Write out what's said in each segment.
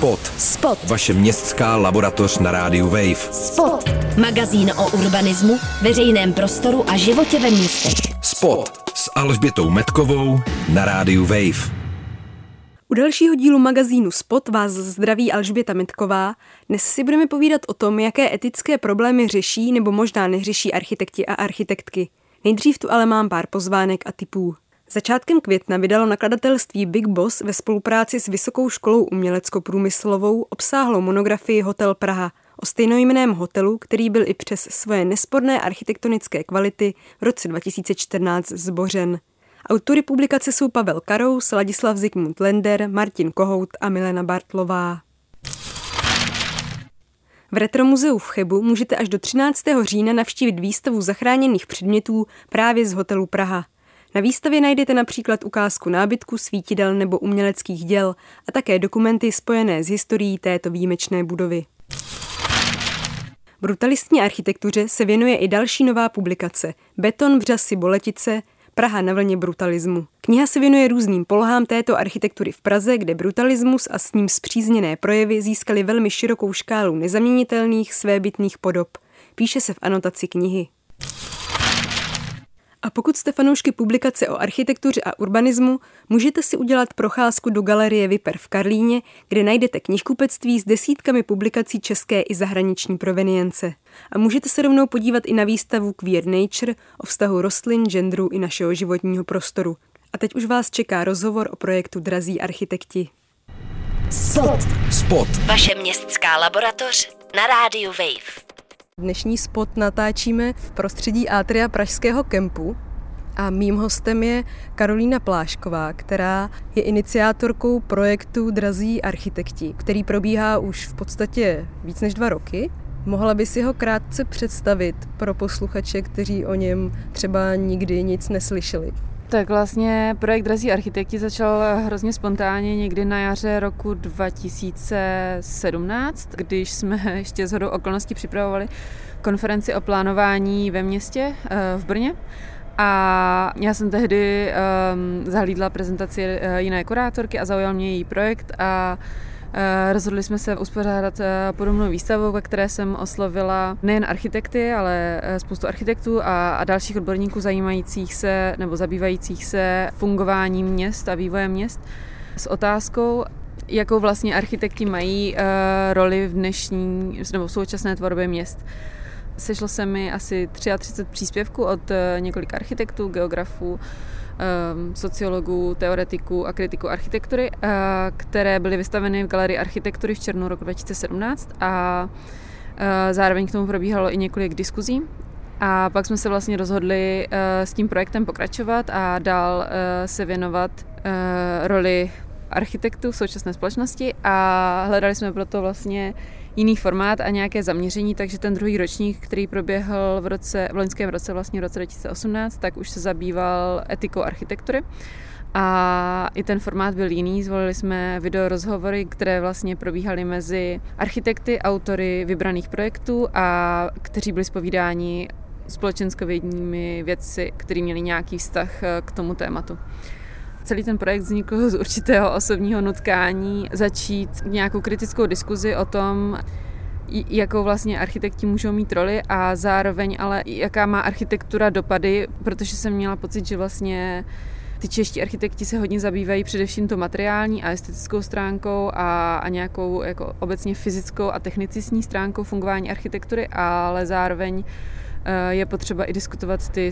Spot. Vaše městská laboratoř na rádiu Wave. Spot. Magazín o urbanismu, veřejném prostoru a životě ve městech. Spot s Alžbětou Metkovou na rádiu Wave. U dalšího dílu magazínu Spot vás zdraví Alžběta Metková. Dnes si budeme povídat o tom, jaké etické problémy řeší nebo možná neřeší architekti a architektky. Nejdřív tu ale mám pár pozvánek a tipů. Začátkem května vydalo nakladatelství Big Boss ve spolupráci s Vysokou školou umělecko-průmyslovou obsáhlou monografii Hotel Praha o stejnojmenném hotelu, který byl i přes svoje nesporné architektonické kvality v roce 2014 zbořen. Autory publikace jsou Pavel Karous, Ladislav Zikmund Lender, Martin Kohout a Milena Bartlová. V Retromuzeu v Chebu můžete až do 13. října navštívit výstavu zachráněných předmětů právě z hotelu Praha. Na výstavě najdete například ukázku nábytku, svítidel nebo uměleckých děl a také dokumenty spojené s historií této výjimečné budovy. Brutalistní architektuře se věnuje i další nová publikace Beton, Vřasy, Boletice, Praha na vlně brutalismu. Kniha se věnuje různým polohám této architektury v Praze, kde brutalismus a s ním spřízněné projevy získaly velmi širokou škálu nezaměnitelných svébytných podob. Píše se v anotaci knihy. A pokud jste fanoušky publikace o architektuře a urbanismu, můžete si udělat procházku do galerie Viper v Karlíně, kde najdete knihkupectví s desítkami publikací české i zahraniční provenience. A můžete se rovnou podívat i na výstavu Queer Nature o vztahu rostlin, genderu i našeho životního prostoru. A teď už vás čeká rozhovor o projektu Drazí architekti. Spot. Vaše městská laboratoř na rádiu Wave. Dnešní spot natáčíme v prostředí Atria pražského kempu a mým hostem je Karolína Plášková, která je iniciátorkou projektu Drazí architekti, který probíhá už v podstatě víc než 2 roky. Mohla by si ho krátce představit pro posluchače, kteří o něm třeba nikdy nic neslyšeli? Tak vlastně projekt Drazí architekti začal hrozně spontánně někdy na jaře roku 2017, když jsme ještě shodou okolností připravovali konferenci o plánování ve městě v Brně. A já jsem tehdy zahlídla prezentaci jiné kurátorky a zaujal mě její projekt a rozhodli jsme se uspořádat podobnou výstavu, ve které jsem oslovila nejen architekty, ale spoustu architektů a dalších odborníků zajímajících se nebo zabývajících se fungováním měst a vývojem měst s otázkou, jakou vlastně architekti mají roli v dnešní nebo v současné tvorbě měst. Sešlo se mi asi 33 příspěvků od několika architektů, geografů, sociologů, teoretiků a kritiků architektury, které byly vystaveny v Galerii architektury v červnu roku 2017 a zároveň k tomu probíhalo i několik diskuzí. A pak jsme se vlastně rozhodli s tím projektem pokračovat a dál se věnovat roli architektů v současné společnosti a hledali jsme proto vlastně jiný formát a nějaké zaměření, takže ten druhý ročník, který proběhl v loňském roce, vlastně v roce 2018, tak už se zabýval etikou architektury. A i ten formát byl jiný, zvolili jsme videorozhovory, které vlastně probíhaly mezi architekty, autory vybraných projektů a kteří byli zpovídáni společenskovědními vědci, kteří měli nějaký vztah k tomu tématu. Celý ten projekt vznikl z určitého osobního nutkání začít nějakou kritickou diskuzi o tom, jakou vlastně architekti můžou mít roli a zároveň ale jaká má architektura dopady, protože jsem měla pocit, že vlastně ty čeští architekti se hodně zabývají především to materiální a estetickou stránkou a nějakou jako obecně fyzickou a technicistní stránkou fungování architektury, ale zároveň je potřeba i diskutovat ty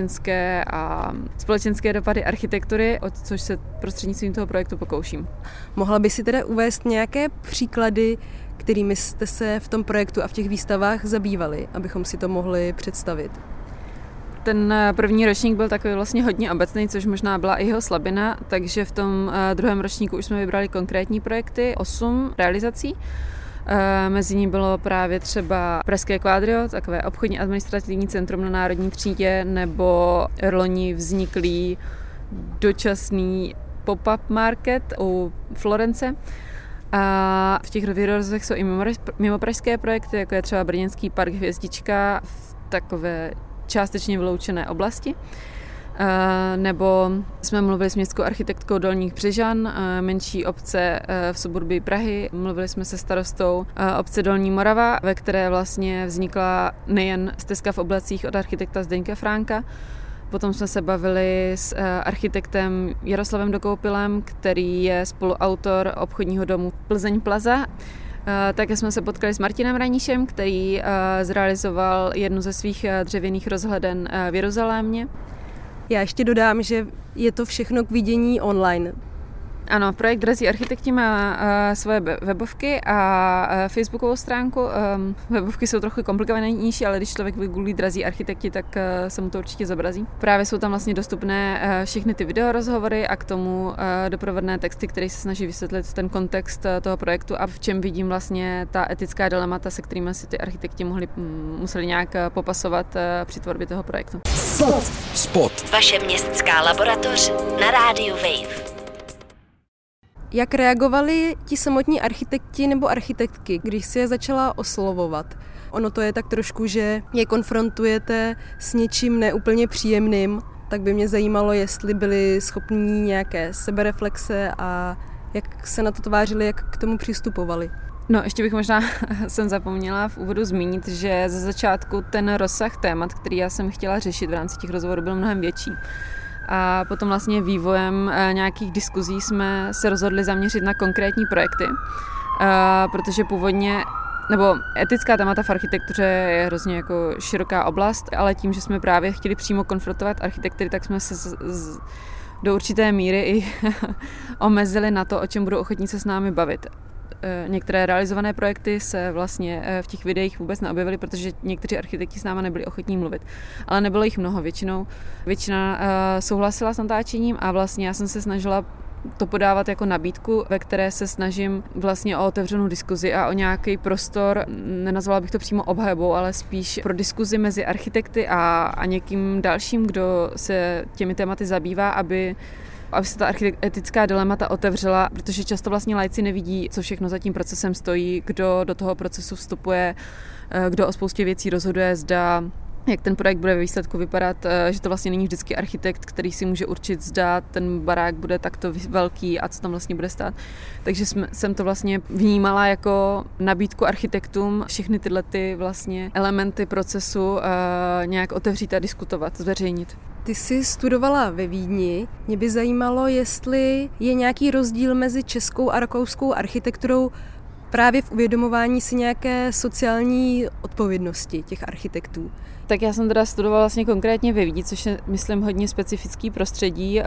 společenské dopady architektury, o což se prostřednictvím toho projektu pokouším. Mohla by si teda uvést nějaké příklady, kterými jste se v tom projektu a v těch výstavách zabývali, abychom si to mohli představit? Ten první ročník byl takový vlastně hodně obecný, což možná byla i jeho slabina, takže v tom druhém ročníku už jsme vybrali konkrétní projekty, 8 realizací. Mezi ní bylo právě třeba Pražské Quadrio, takové obchodní administrativní centrum na Národní třídě, nebo loni vzniklý dočasný pop-up market u Florence. A v těch videorozech jsou i mimopražské projekty, jako je třeba brněnský park Hvězdička v takové částečně vyloučené oblasti. nebo jsme mluvili s městskou architektkou Dolních Břežan, menší obce v suburbii Prahy. Mluvili jsme se starostou obce Dolní Morava, ve které vlastně vznikla nejen stezka v oblacích od architekta Zdeňka Fránka. Potom jsme se bavili s architektem Jaroslavem Dokoupilem, který je spoluautor obchodního domu Plzeň Plaza. Také jsme se potkali s Martinem Raníšem, který zrealizoval jednu ze svých dřevěných rozhleden v Jeruzalémě. Já ještě dodám, že je to všechno k vidění online. Ano, projekt Drazí architekti má svoje webovky a facebookovou stránku. Webovky jsou trochu komplikovanější, ale když člověk vygooglí Drazí architekti, tak se mu to určitě zobrazí. Právě jsou tam vlastně dostupné všechny ty videorozhovory a k tomu doprovodné texty, které se snaží vysvětlit ten kontext toho projektu a v čem vidím vlastně ta etická dilemata, se kterými si ty architekti museli nějak popasovat při tvorbě toho projektu. Spot. Vaše městská laboratoř na rádiu Wave. Jak reagovali ti samotní architekti nebo architektky, když si je začala oslovovat? Ono to je tak trošku, že je konfrontujete s něčím neúplně příjemným, tak by mě zajímalo, jestli byli schopní nějaké sebereflexe a jak se na to tvářili, jak k tomu přistupovali. No, ještě bych možná jsem zapomněla v úvodu zmínit, že ze začátku ten rozsah témat, který já jsem chtěla řešit v rámci těch rozhovorů, byl mnohem větší. A potom vlastně vývojem nějakých diskuzí jsme se rozhodli zaměřit na konkrétní projekty, protože původně, nebo etická témata v architektuře je hrozně jako široká oblast, ale tím, že jsme právě chtěli přímo konfrontovat architekty, tak jsme se do určité míry i omezili na to, o čem budou ochotní se s námi bavit. Některé realizované projekty se vlastně v těch videích vůbec neobjevily, protože někteří architekti s námi nebyli ochotní mluvit. Ale nebylo jich mnoho, většina souhlasila s natáčením a vlastně já jsem se snažila to podávat jako nabídku, ve které se snažím vlastně o otevřenou diskuzi a o nějaký prostor, nenazvala bych to přímo obhajobou, ale spíš pro diskuzi mezi architekty a někým dalším, kdo se těmi tématy zabývá, aby se ta etická dilemata otevřela, protože často vlastně laici nevidí, co všechno za tím procesem stojí, kdo do toho procesu vstupuje, kdo o spoustě věcí rozhoduje, zda jak ten projekt bude ve výsledku vypadat, že to vlastně není vždycky architekt, který si může určit, zda ten barák bude takto velký a co tam vlastně bude stát. Takže jsem to vlastně vnímala jako nabídku architektům všechny tyhle ty vlastně elementy procesu nějak otevřít a diskutovat, zveřejnit. Ty jsi studovala ve Vídni. Mě by zajímalo, jestli je nějaký rozdíl mezi českou a rakouskou architekturou právě v uvědomování si nějaké sociální odpovědnosti těch architektů. Tak já jsem teda studovala vlastně konkrétně ve Vídni, což je, myslím, hodně specifický prostředí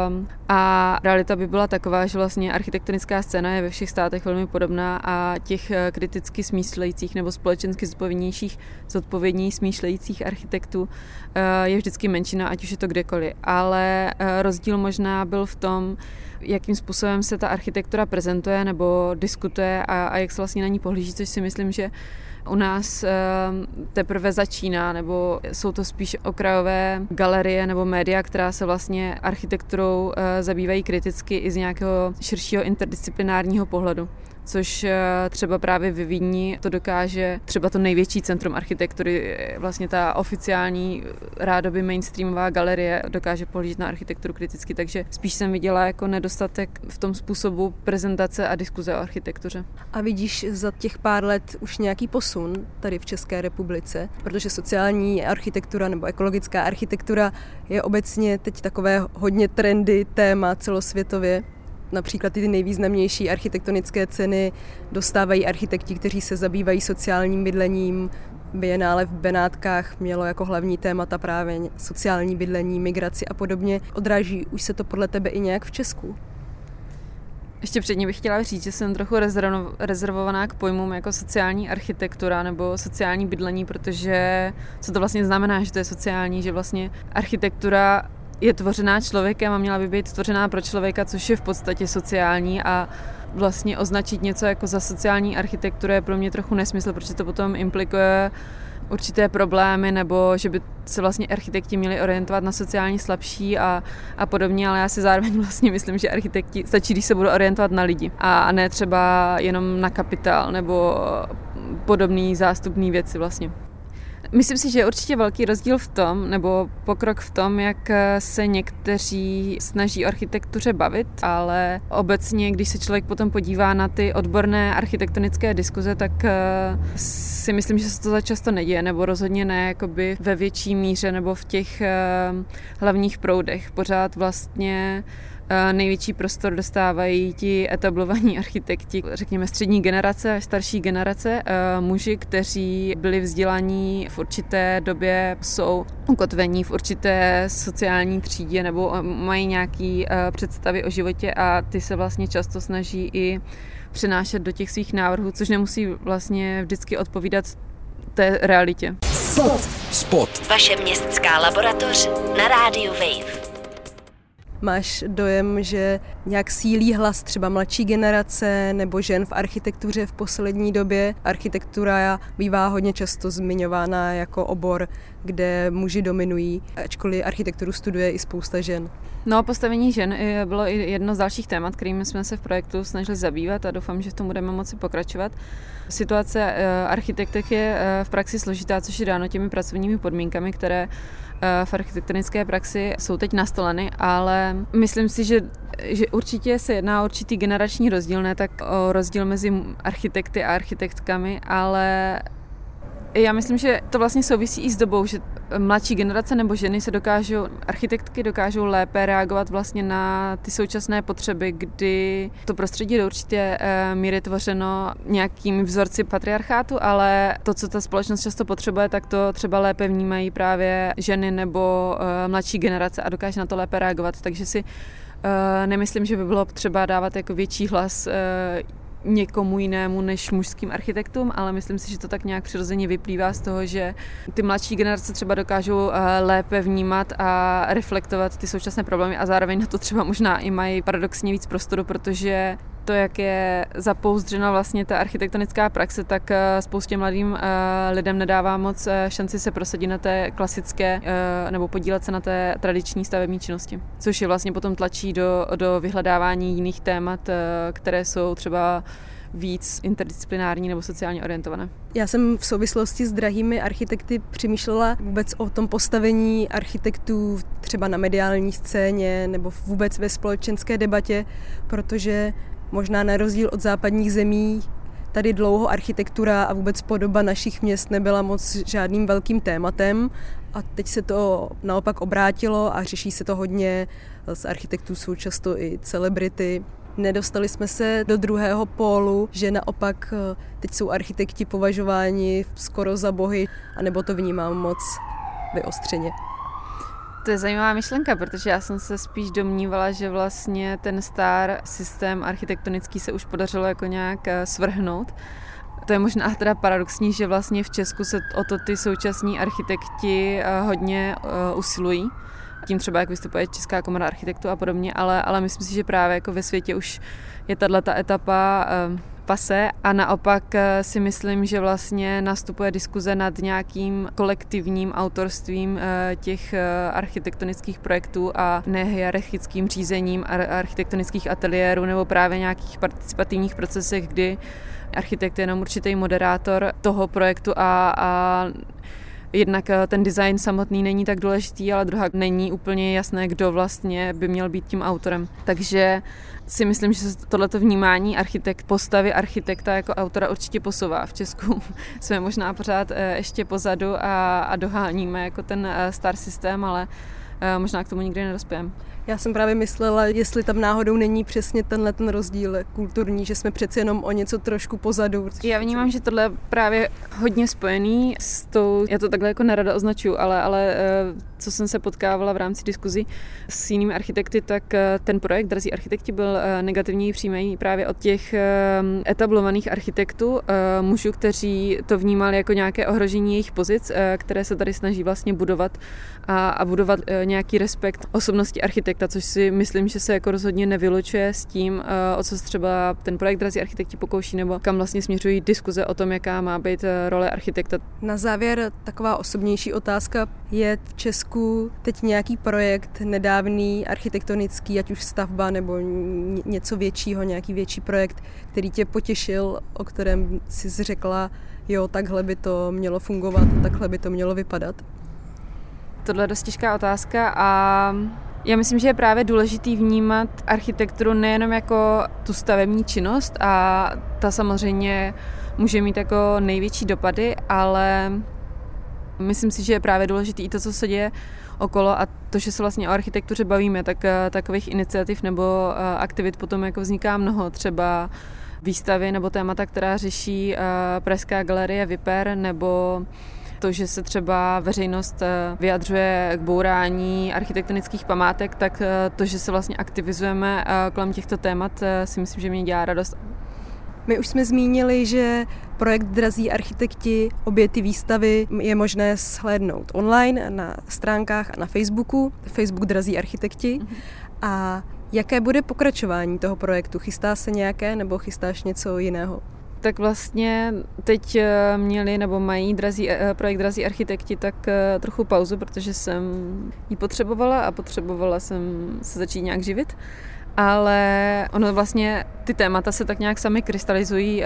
a realita by byla taková, že vlastně architektonická scéna je ve všech státech velmi podobná a těch kriticky smýšlejících nebo společensky zodpovědní smýšlejících architektů je vždycky menšina, ať už je to kdekoliv. Ale rozdíl možná byl v tom, jakým způsobem se ta architektura prezentuje nebo diskutuje a jak se vlastně na ní pohlíží, což si myslím, že u nás teprve začíná, nebo jsou to spíš okrajové galerie nebo média, která se vlastně architekturou zabývají kriticky i z nějakého širšího interdisciplinárního pohledu. Což třeba právě ve Vídni to dokáže třeba to největší centrum architektury, vlastně ta oficiální rádoby mainstreamová galerie dokáže pohlížet na architekturu kriticky, takže spíš jsem viděla jako nedostatek v tom způsobu prezentace a diskuze o architektuře. A vidíš za těch pár let už nějaký posun tady v České republice, protože sociální architektura nebo ekologická architektura je obecně teď takové hodně trendy téma celosvětově. Například ty nejvýznamnější architektonické ceny dostávají architekti, kteří se zabývají sociálním bydlením. Bienále v Benátkách mělo jako hlavní témata právě sociální bydlení, migraci a podobně. Odráží už se to podle tebe i nějak v Česku? Ještě předně bych chtěla říct, že jsem trochu rezervovaná k pojmům jako sociální architektura nebo sociální bydlení, protože co to vlastně znamená, že to je sociální, že vlastně architektura je tvořená člověkem a měla by být tvořená pro člověka, což je v podstatě sociální a vlastně označit něco jako za sociální architekturu je pro mě trochu nesmysl, protože to potom implikuje určité problémy nebo že by se vlastně architekti měli orientovat na sociálně slabší a podobně, ale já si zároveň vlastně myslím, že architekti stačí, když se budou orientovat na lidi a ne třeba jenom na kapitál nebo podobný zástupný věci vlastně. Myslím si, že je určitě velký rozdíl v tom, nebo pokrok v tom, jak se někteří snaží o architektuře bavit, ale obecně, když se člověk potom podívá na ty odborné architektonické diskuze, tak si myslím, že se to často neděje, nebo rozhodně ne jakoby ve větší míře nebo v těch hlavních proudech. Pořád vlastně největší prostor dostávají ti etablovaní architekti, řekněme střední generace až starší generace, muži, kteří byli vzdělaní v určité době, jsou ukotvení v určité sociální třídě nebo mají nějaké představy o životě a ty se vlastně často snaží i přenášet do těch svých návrhů, což nemusí vlastně vždycky odpovídat té realitě. Spot. Vaše městská laboratoř na rádiu Wave. Máš dojem, že nějak sílí hlas třeba mladší generace nebo žen v architektuře v poslední době? Architektura bývá hodně často zmiňována jako obor, kde muži dominují, ačkoliv architekturu studuje i spousta žen. No, postavení žen bylo i jedno z dalších témat, kterými jsme se v projektu snažili zabývat a doufám, že v tom budeme moci pokračovat. Situace architektek je v praxi složitá, což je dáno těmi pracovními podmínkami, které v architektonické praxi jsou teď nastoleny, ale myslím si, že určitě se jedná o určitý generační rozdíl, ne tak o rozdíl mezi architekty a architektkami, ale já myslím, že to vlastně souvisí i s dobou, že mladší generace nebo ženy architektky dokážou lépe reagovat vlastně na ty současné potřeby, kdy to prostředí do určité míry tvořeno nějakými vzorci patriarchátu, ale to, co ta společnost často potřebuje, tak to třeba lépe vnímají právě ženy nebo mladší generace a dokáže na to lépe reagovat. Takže si nemyslím, že by bylo třeba dávat jako větší hlas někomu jinému než mužským architektům, ale myslím si, že to tak nějak přirozeně vyplývá z toho, že ty mladší generace třeba dokážou lépe vnímat a reflektovat ty současné problémy a zároveň na to třeba možná i mají paradoxně víc prostoru, protože to, jak je zapouzdřena vlastně ta architektonická praxe, tak spoustě mladým lidem nedává moc šanci se prosadit na té klasické nebo podílet se na té tradiční stavební činnosti, což je vlastně potom tlačí do vyhledávání jiných témat, které jsou třeba víc interdisciplinární nebo sociálně orientované. Já jsem v souvislosti s drahými architekty přemýšlela vůbec o tom postavení architektů třeba na mediální scéně nebo vůbec ve společenské debatě, protože možná na rozdíl od západních zemí tady dlouho architektura a vůbec podoba našich měst nebyla moc žádným velkým tématem a teď se to naopak obrátilo a řeší se to hodně. Z architektů jsou často i celebrity. Nedostali jsme se do druhého pólu, že naopak teď jsou architekti považováni skoro za bohy, anebo to vnímám moc vyostřeně. To je zajímavá myšlenka, protože já jsem se spíš domnívala, že vlastně ten star systém architektonický se už podařilo jako nějak svrhnout. To je možná teda paradoxní, že vlastně v Česku se o to ty současní architekti hodně usilují. Tím třeba, jak vystupuje Česká komora architektů a podobně, ale myslím si, že právě jako ve světě už je tato etapa pase a naopak si myslím, že vlastně nastupuje diskuze nad nějakým kolektivním autorstvím těch architektonických projektů a nehierarchickým řízením architektonických ateliérů nebo právě nějakých participativních procesech, kdy architekt je jenom určitý moderátor toho projektu a jednak ten design samotný není tak důležitý, ale druhá není úplně jasné, kdo vlastně by měl být tím autorem. Takže si myslím, že se tohleto vnímání postavy architekta jako autora určitě posouvá. V Česku jsme možná pořád ještě pozadu a doháníme jako ten star systém, ale možná k tomu nikdy nedospějeme. Já jsem právě myslela, jestli tam náhodou není přesně ten rozdíl kulturní, že jsme přeci jenom o něco trošku pozadu. Já vnímám, že tohle je právě hodně spojený s tou, já to takhle jako nerada označuju, ale co jsem se potkávala v rámci diskuzí s jinými architekty, tak ten projekt Drazí architekti byl negativněji přijímaný právě od těch etablovaných architektů, mužů, kteří to vnímali jako nějaké ohrožení jejich pozic, které se tady snaží vlastně budovat a budovat nějaký respekt osobnosti architektů. architekta, což si myslím, že se jako rozhodně nevylučuje s tím, o co se třeba ten projekt Drazí architekti pokouší, nebo kam vlastně směřují diskuze o tom, jaká má být role architekta. Na závěr taková osobnější otázka. Je v Česku teď nějaký projekt nedávný, architektonický, ať už stavba nebo něco většího, nějaký větší projekt, který tě potěšil, o kterém jsi řekla, jo, takhle by to mělo fungovat, takhle by to mělo vypadat? Tohle je dost těžká otázka a já myslím, že je právě důležitý vnímat architekturu nejenom jako tu stavební činnost a ta samozřejmě může mít jako největší dopady, ale myslím si, že je právě důležitý i to, co se děje okolo a to, že se vlastně o architektuře bavíme, tak takových iniciativ nebo aktivit potom jako vzniká mnoho, třeba výstavy nebo témata, která řeší Pražská galerie Viper, nebo to, že se třeba veřejnost vyjadřuje k bourání architektonických památek, tak to, že se vlastně aktivizujeme kolem těchto témat, si myslím, že mě dělá radost. My už jsme zmínili, že projekt Drazí architekti, obě ty výstavy je možné shlédnout online na stránkách a na Facebooku, Facebook Drazí architekti. A jaké bude pokračování toho projektu? Chystá se nějaké nebo chystáš něco jiného? Tak vlastně teď měli nebo mají projekt Drazí architekti tak trochu pauzu, protože jsem ji potřebovala a potřebovala jsem se začít nějak živit. Ale ono vlastně ty témata se tak nějak sami krystalizují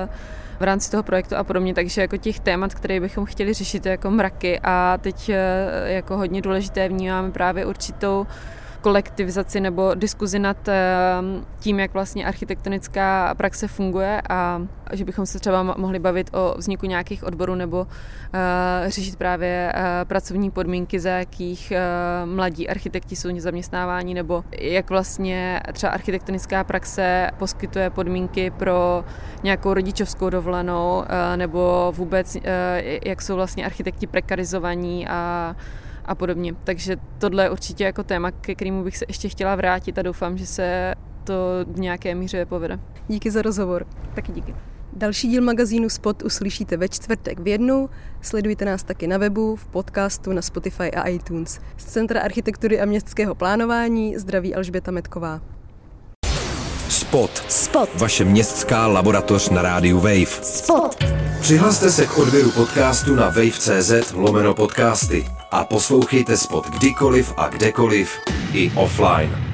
v rámci toho projektu a podobně, takže jako těch témat, které bychom chtěli řešit, je jako mraky a teď jako hodně důležité vnímáme právě určitou kolektivizaci nebo diskuzi nad tím, jak vlastně architektonická praxe funguje a že bychom se třeba mohli bavit o vzniku nějakých odborů nebo řešit právě pracovní podmínky, za jakých mladí architekti jsou zaměstnávání, nebo jak vlastně třeba architektonická praxe poskytuje podmínky pro nějakou rodičovskou dovolenou, nebo vůbec jak jsou vlastně architekti prekarizovaní a podobně. Takže tohle je určitě jako téma, ke kterému bych se ještě chtěla vrátit a doufám, že se to v nějaké míře povede. Díky za rozhovor. Taky díky. Další díl magazínu Spot uslyšíte ve čtvrtek v 1. Sledujte nás taky na webu, v podcastu, na Spotify a iTunes. Z Centra architektury a městského plánování zdraví Alžběta Metková. Spot. Vaše městská laboratoř na rádiu Wave. Spot. Přihlaste se k odběru podcastu na wave.cz/podcasty a poslouchejte Spot kdykoliv a kdekoliv i offline.